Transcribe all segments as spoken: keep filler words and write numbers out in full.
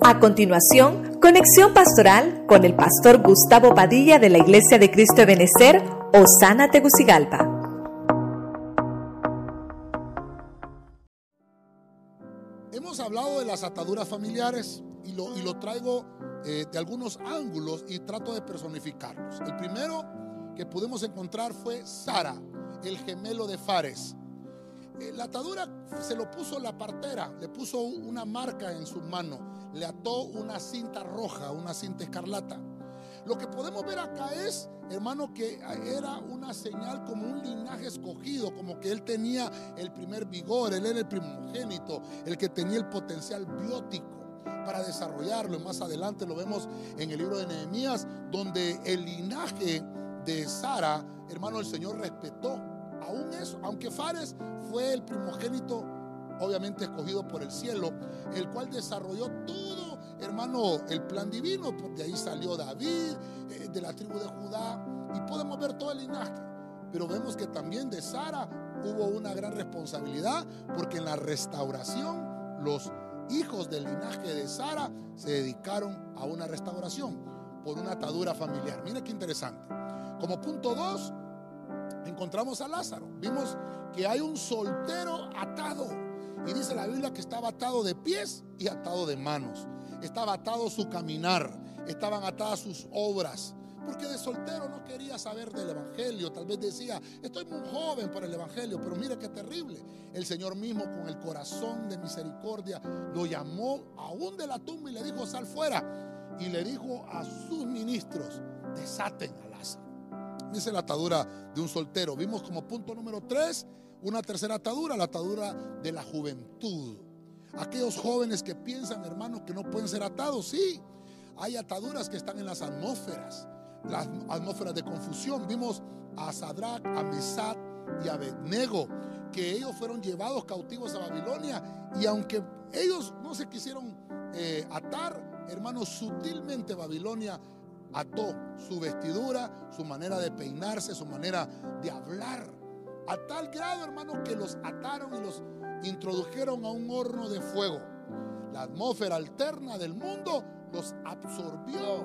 A continuación, conexión pastoral con el pastor Gustavo Padilla de la Iglesia de Cristo de Benecer, Osana, Tegucigalpa. Hemos hablado de las ataduras familiares y lo, y lo traigo eh, de algunos ángulos y trato de personificarlos. El primero que pudimos encontrar fue Sara, el gemelo de Fares. Eh, la atadura se lo puso la partera, le puso una marca en su mano, le ató una cinta roja, una cinta escarlata. Lo que podemos ver acá es, hermano, que era una señal como un linaje escogido, como que él tenía el primer vigor, él era el primogénito, el que tenía el potencial biótico para desarrollarlo. Más adelante lo vemos en el libro de Nehemías, donde el linaje de Sara, hermano, el Señor respetó. Aún eso, aunque Fares fue el primogénito, obviamente escogido por el cielo, el cual desarrolló todo, hermano, el plan divino. De ahí salió David, eh, de la tribu de Judá, y podemos ver todo el linaje. Pero vemos que también de Sara hubo una gran responsabilidad, porque en la restauración los hijos del linaje de Sara se dedicaron a una restauración por una atadura familiar. Mira qué interesante. Como punto dos, encontramos a Lázaro. Vimos que hay un soltero atado, y dice la Biblia que estaba atado de pies y atado de manos. Estaba atado su caminar, estaban atadas sus obras, porque de soltero no quería saber del evangelio. Tal vez decía: estoy muy joven para el evangelio. Pero mire qué terrible. El Señor mismo, con el corazón de misericordia, lo llamó aún de la tumba y le dijo: sal fuera. Y le dijo a sus ministros: desaten a Lázaro. Esa es la atadura de un soltero. Vimos como punto número tres una tercera atadura, la atadura de la juventud. Aquellos jóvenes que piensan, hermanos, que no pueden ser atados. Sí, hay ataduras que están en las atmósferas, las atmósferas de confusión. Vimos a Sadrach, a Mesach y a Abednego, que ellos fueron llevados cautivos a Babilonia, y aunque ellos no se quisieron eh, atar, hermanos, sutilmente Babilonia ató su vestidura, su manera de peinarse, su manera de hablar, a tal grado, hermanos, que los ataron y los introdujeron a un horno de fuego. La atmósfera alterna del mundo los absorbió.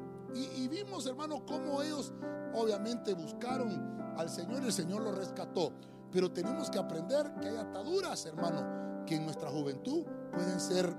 Y, y vimos, hermanos, cómo ellos obviamente buscaron al Señor y el Señor los rescató. Pero tenemos que aprender que hay ataduras, hermano, que en nuestra juventud pueden ser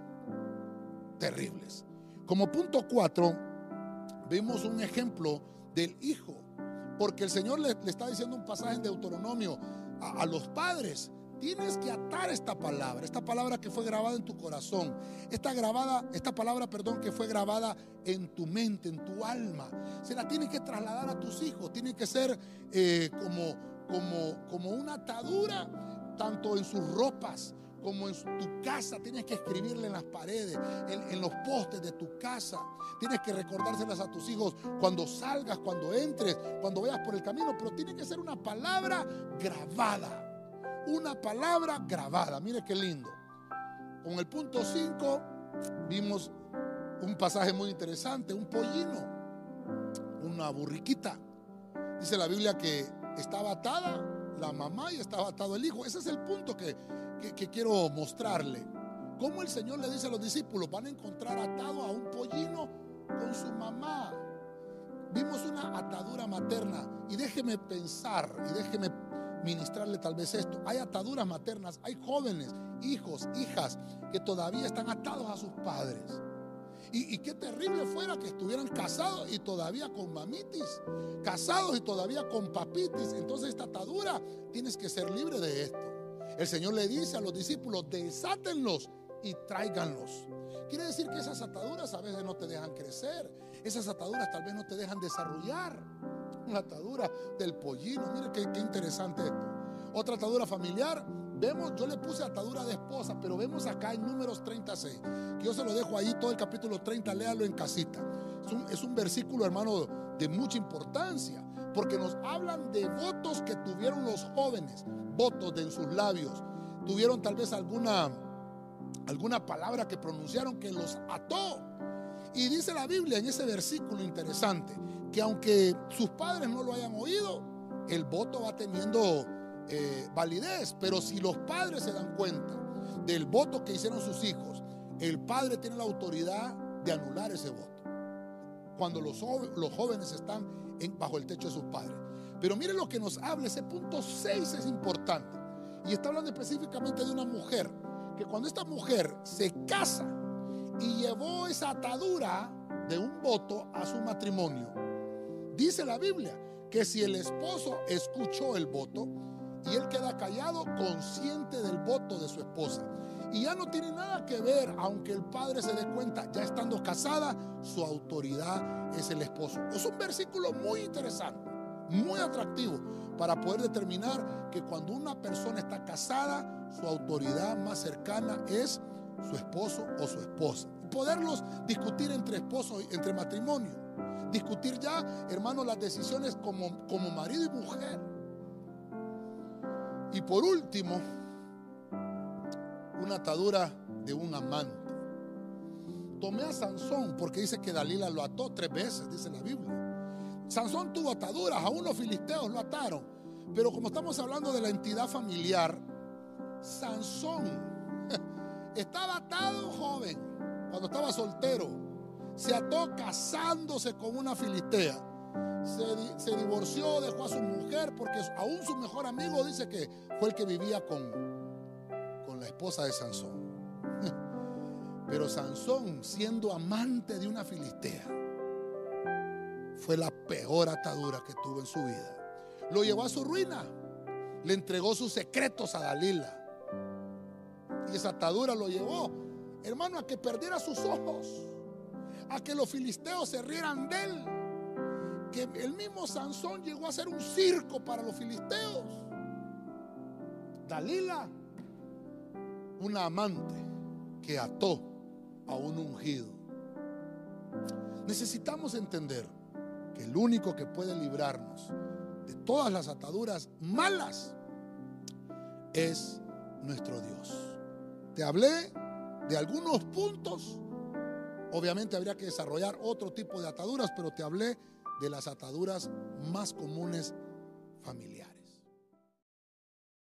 terribles. Como punto cuatro, vimos un ejemplo del hijo, porque el Señor le, le está diciendo un pasaje en Deuteronomio a, a los padres: tienes que atar esta palabra, esta palabra que fue grabada en tu corazón, esta grabada, esta palabra, perdón, que fue grabada en tu mente, en tu alma. Se la tienes que trasladar a tus hijos. Tiene que ser eh, como, como, como una atadura, tanto en sus ropas como en tu casa. Tienes que escribirle en las paredes, en, en los postes de tu casa. Tienes que recordárselas a tus hijos cuando salgas, cuando entres, cuando vayas por el camino. Pero tiene que ser una palabra grabada. Una palabra grabada. Mire qué lindo. Con el punto cinco vimos un pasaje muy interesante. Un pollino, una burriquita. Dice la Biblia que estaba atada la mamá y estaba atado el hijo. Ese es el punto que, que, que quiero mostrarle. Cómo el Señor le dice a los discípulos: van a encontrar atado a un pollino con su mamá. Vimos una atadura materna. Y déjeme pensar y déjeme ministrarle tal vez esto. Hay ataduras maternas, hay jóvenes, hijos, hijas que todavía están atados a sus padres. Y, y qué terrible fuera que estuvieran casados y todavía con mamitis, casados y todavía con papitis. Entonces esta atadura, tienes que ser libre de esto. El Señor le dice a los discípulos: desátenlos y tráiganlos. Quiere decir que esas ataduras a veces no te dejan crecer. Esas ataduras tal vez no te dejan desarrollar. Una atadura del pollino. Mire qué, qué interesante esto. Otra atadura familiar. Vemos, yo le puse atadura de esposa, pero vemos acá en Números treinta y seis, que yo se lo dejo ahí, todo el capítulo treinta, léalo en casita. Es un, es un versículo, hermano, de mucha importancia, porque nos hablan de votos que tuvieron los jóvenes, votos de en sus labios. Tuvieron tal vez alguna, alguna palabra que pronunciaron que los ató. Y dice la Biblia en ese versículo interesante, que aunque sus padres no lo hayan oído, el voto va teniendo Eh, validez. Pero si los padres se dan cuenta del voto que hicieron sus hijos, el padre tiene la autoridad de anular ese voto cuando los, los jóvenes están en, bajo el techo de sus padres. Pero miren lo que nos habla, ese punto seis es importante. Y está hablando específicamente de una mujer, que cuando esta mujer se casa y llevó esa atadura de un voto a su matrimonio, dice la Biblia que si el esposo escuchó el voto y él queda callado, consciente del voto de su esposa, y ya no tiene nada que ver, aunque el padre se dé cuenta, ya estando casada, su autoridad es el esposo. Es un versículo muy interesante, muy atractivo, para poder determinar que cuando una persona está casada, su autoridad más cercana es su esposo o su esposa. Poderlos discutir entre esposos, entre matrimonio, discutir ya, hermanos, las decisiones como, como marido y mujer. Y por último, una atadura de un amante. Tomé a Sansón porque dice que Dalila lo ató tres veces, dice la Biblia. Sansón tuvo ataduras, a unos filisteos lo ataron. Pero como estamos hablando de la entidad familiar, Sansón estaba atado joven, cuando estaba soltero. Se ató casándose con una filistea. Se, se divorció, dejó a su mujer, porque aún su mejor amigo dice que fue el que vivía con, con la esposa de Sansón. Pero Sansón, siendo amante de una filistea, fue la peor atadura que tuvo en su vida. Lo llevó a su ruina. Le entregó sus secretos a Dalila. Y esa atadura lo llevó, hermano, a que perdiera sus ojos, a que los filisteos se rieran de él, que el mismo Sansón llegó a ser un circo para los filisteos. Dalila, una amante que ató a un ungido. Necesitamos entender que el único que puede librarnos de todas las ataduras malas es nuestro Dios. Te hablé de algunos puntos. Obviamente habría que desarrollar otro tipo de ataduras, pero te hablé de las ataduras más comunes familiares.